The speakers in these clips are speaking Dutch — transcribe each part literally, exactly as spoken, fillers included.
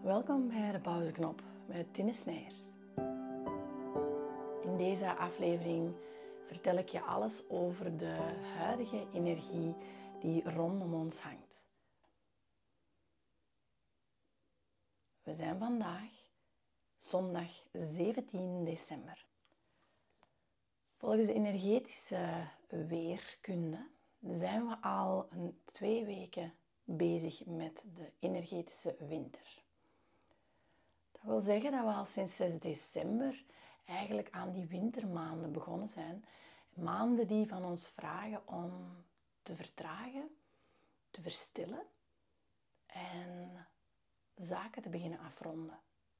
Welkom bij de pauzeknop met Tine Snijers. In deze aflevering vertel ik je alles over de huidige energie die rondom ons hangt. We zijn vandaag zondag zeventien december. Volgens de energetische weerkunde zijn we al een twee weken bezig met de energetische winter. Dat wil zeggen dat we al sinds zes december eigenlijk aan die wintermaanden begonnen zijn. Maanden die van ons vragen om te vertragen, te verstillen en zaken te beginnen afronden.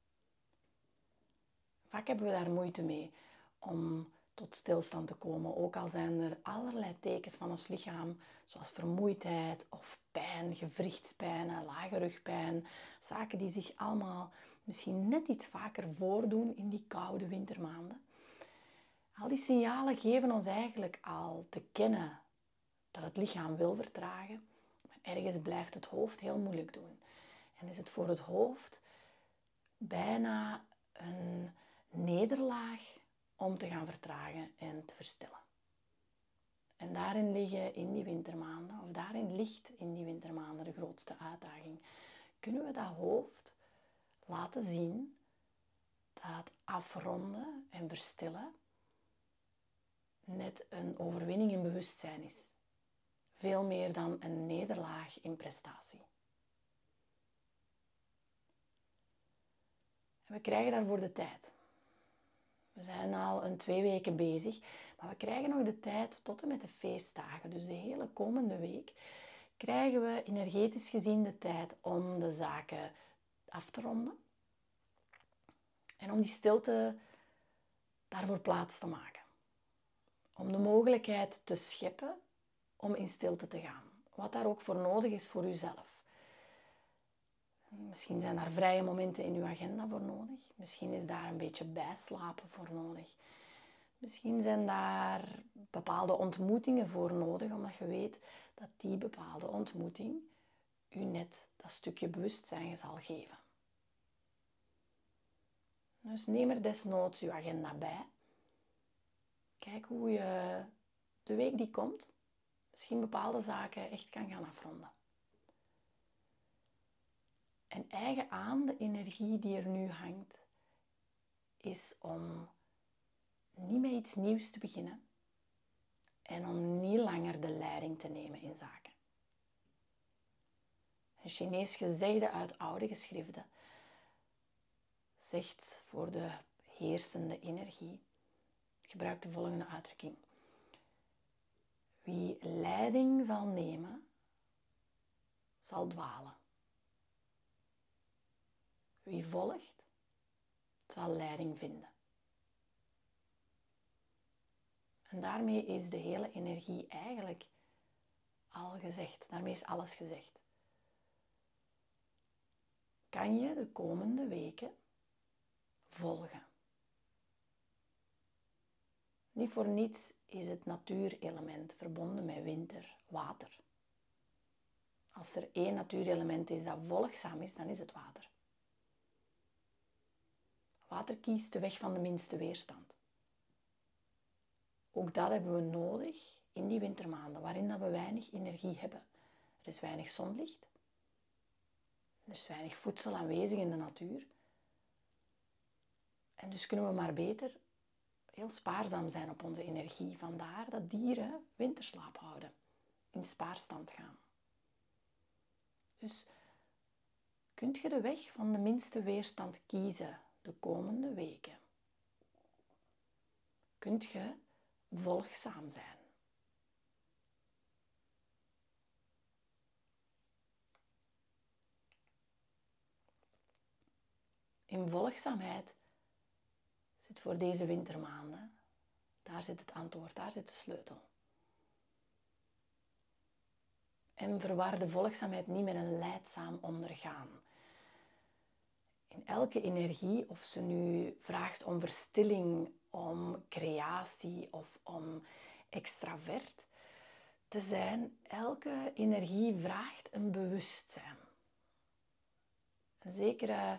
Vaak hebben we daar moeite mee om tot stilstand te komen, ook al zijn er allerlei tekens van ons lichaam, zoals vermoeidheid of pijn, gewrichtspijn, lage rugpijn, zaken die zich allemaal misschien net iets vaker voordoen in die koude wintermaanden. Al die signalen geven ons eigenlijk al te kennen dat het lichaam wil vertragen, maar ergens blijft het hoofd heel moeilijk doen. En is het voor het hoofd bijna een nederlaag om te gaan vertragen en te verstillen. En daarin liggen in die wintermaanden, of daarin ligt in die wintermaanden de grootste uitdaging. Kunnen we dat hoofd laten zien dat afronden en verstillen net een overwinning in bewustzijn is. Veel meer dan een nederlaag in prestatie. En we krijgen daarvoor de tijd. We zijn al een twee weken bezig, maar we krijgen nog de tijd tot en met de feestdagen. Dus de hele komende week krijgen we energetisch gezien de tijd om de zaken af te ronden. En om die stilte daarvoor plaats te maken. Om de mogelijkheid te scheppen om in stilte te gaan. Wat daar ook voor nodig is voor uzelf. Misschien zijn daar vrije momenten in uw agenda voor nodig. Misschien is daar een beetje bijslapen voor nodig. Misschien zijn daar bepaalde ontmoetingen voor nodig, omdat je weet dat die bepaalde ontmoeting u net dat stukje bewustzijn zal geven. Dus neem er desnoods uw agenda bij. Kijk hoe je de week die komt, misschien bepaalde zaken echt kan gaan afronden. En eigen aan de energie die er nu hangt, is om niet met iets nieuws te beginnen en om niet langer de leiding te nemen in zaken. Een Chinees gezegde uit oude geschriften zegt voor de heersende energie, gebruikt de volgende uitdrukking. Wie leiding zal nemen, zal dwalen. Wie volgt, zal leiding vinden. En daarmee is de hele energie eigenlijk al gezegd. Daarmee is alles gezegd. Kan je de komende weken volgen? Niet voor niets is het natuurelement verbonden met winter, water. Als er één natuurelement is dat volgzaam is, dan is het water. Water kiest de weg van de minste weerstand. Ook dat hebben we nodig in die wintermaanden, waarin dat we weinig energie hebben. Er is weinig zonlicht. Er is weinig voedsel aanwezig in de natuur. En dus kunnen we maar beter heel spaarzaam zijn op onze energie. Vandaar dat dieren winterslaap houden, in spaarstand gaan. Dus kunt je de weg van de minste weerstand kiezen de komende weken? Kunt je volgzaam zijn? In volgzaamheid zit voor deze wintermaanden, daar zit het antwoord, daar zit de sleutel. En verwar de volgzaamheid niet met een lijdzaam ondergaan. In elke energie, of ze nu vraagt om verstilling, om creatie of om extravert te zijn, elke energie vraagt een bewustzijn. een zekere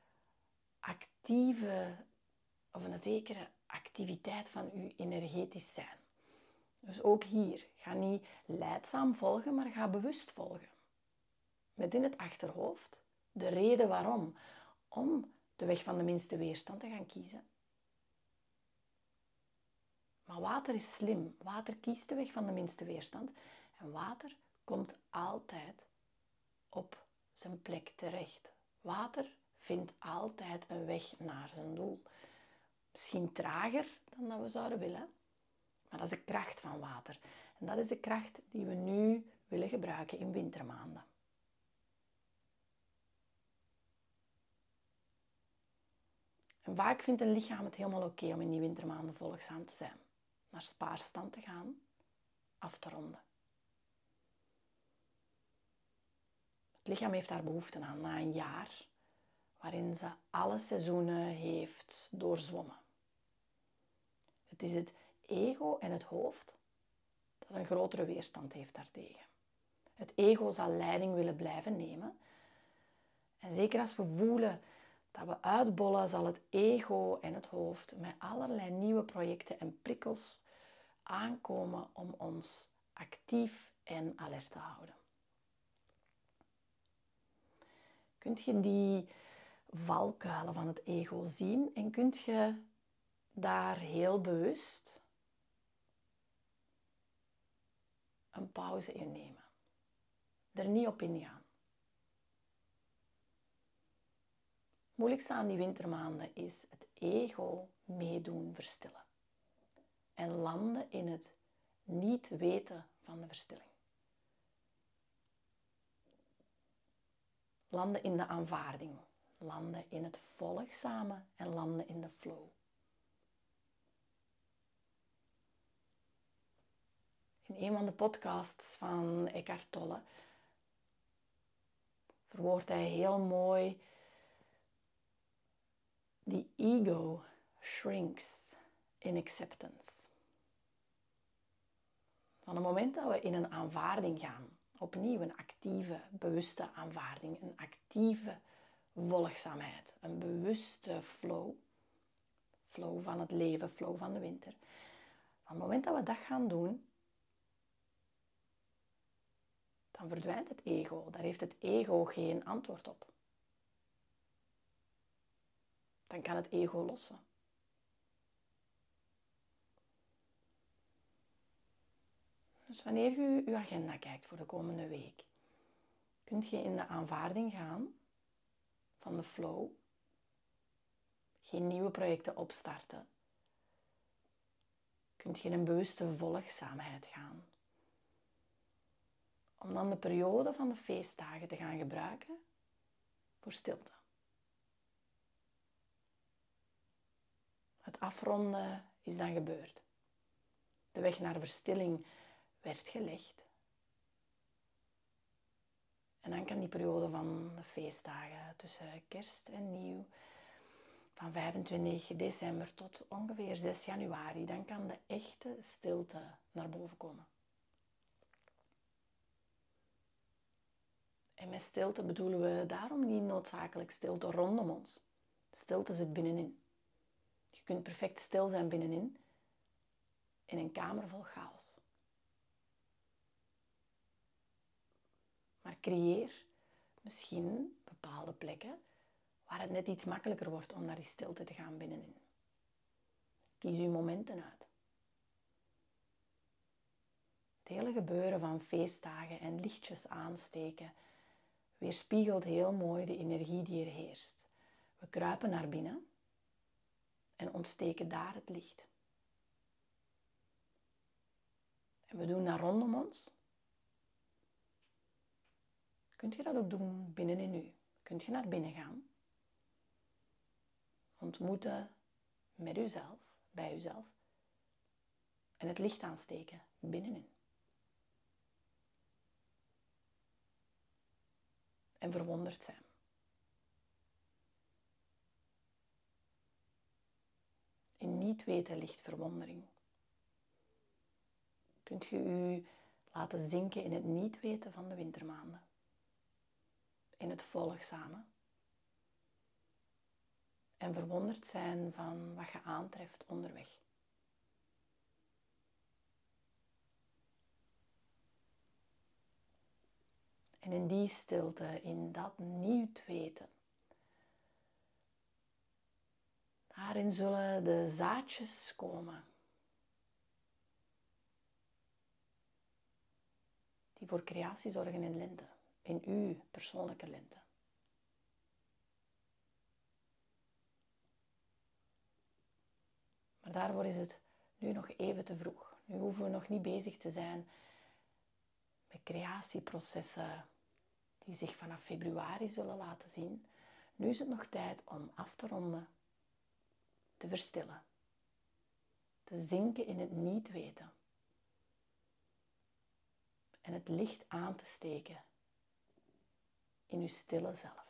actieve of een zekere activiteit van je energetisch zijn. Dus ook hier, ga niet leidzaam volgen, maar ga bewust volgen. Met in het achterhoofd de reden waarom. Om de weg van de minste weerstand te gaan kiezen. Maar water is slim. Water kiest de weg van de minste weerstand. En water komt altijd op zijn plek terecht. Water vindt altijd een weg naar zijn doel. Misschien trager dan dat we zouden willen. Maar dat is de kracht van water. En dat is de kracht die we nu willen gebruiken in wintermaanden. En vaak vindt een lichaam het helemaal oké om in die wintermaanden volgzaam te zijn. Naar spaarstand te gaan, af te ronden. Het lichaam heeft daar behoefte aan na een jaar waarin ze alle seizoenen heeft doorzwommen. Het is het ego en het hoofd dat een grotere weerstand heeft daartegen. Het ego zal leiding willen blijven nemen. En zeker als we voelen dat we uitbollen, zal het ego en het hoofd met allerlei nieuwe projecten en prikkels aankomen om ons actief en alert te houden. Kunt je die valkuilen van het ego zien en kunt je daar heel bewust een pauze in nemen. Er niet op ingaan. Het moeilijkste aan die wintermaanden is het ego meedoen verstillen. En landen in het niet weten van de verstilling. Landen in de aanvaarding. Landen in het volgzame en landen in de flow. In een van de podcasts van Eckhart Tolle verwoordt hij heel mooi: the ego shrinks in acceptance. Van het moment dat we in een aanvaarding gaan, opnieuw een actieve, bewuste aanvaarding, een actieve volgzaamheid, een bewuste flow, flow van het leven, flow van de winter. Van het moment dat we dat gaan doen, dan verdwijnt het ego. Daar heeft het ego geen antwoord op. Dan kan het ego lossen. Dus wanneer je je agenda kijkt voor de komende week, kunt je in de aanvaarding gaan van de flow, geen nieuwe projecten opstarten. Kunt je in een bewuste volgzaamheid gaan. Om dan de periode van de feestdagen te gaan gebruiken voor stilte. Het afronden is dan gebeurd. De weg naar verstilling werd gelegd. En dan kan die periode van de feestdagen tussen kerst en nieuw, van vijfentwintig december tot ongeveer zes januari, dan kan de echte stilte naar boven komen. En met stilte bedoelen we daarom niet noodzakelijk stilte rondom ons. Stilte zit binnenin. Je kunt perfect stil zijn binnenin, in een kamer vol chaos. Maar creëer misschien bepaalde plekken waar het net iets makkelijker wordt om naar die stilte te gaan binnenin. Kies uw momenten uit. Het hele gebeuren van feestdagen en lichtjes aansteken weerspiegelt heel mooi de energie die er heerst. We kruipen naar binnen en ontsteken daar het licht. En we doen dat rondom ons. Kunt je dat ook doen binnenin u? Kunt je naar binnen gaan? Ontmoeten met uzelf, bij uzelf. En het licht aansteken binnenin. En verwonderd zijn. In niet weten ligt verwondering. Kunt je u laten zinken in het niet weten van de wintermaanden. In het volgzame en verwonderd zijn van wat je aantreft onderweg. En in die stilte, in dat niet weten, daarin zullen de zaadjes komen die voor creatie zorgen in lente, in uw persoonlijke lente. Maar daarvoor is het nu nog even te vroeg. Nu hoeven we nog niet bezig te zijn met creatieprocessen die zich vanaf februari zullen laten zien. Nu is het nog tijd om af te ronden, te verstillen, te zinken in het niet weten en het licht aan te steken in uw stille zelf.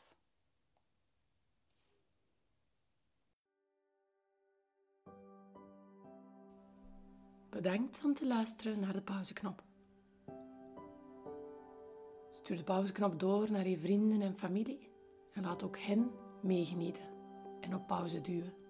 Bedankt om te luisteren naar de pauzeknop. Stuur de pauzeknop door naar je vrienden en familie en laat ook hen meegenieten en op pauze duwen.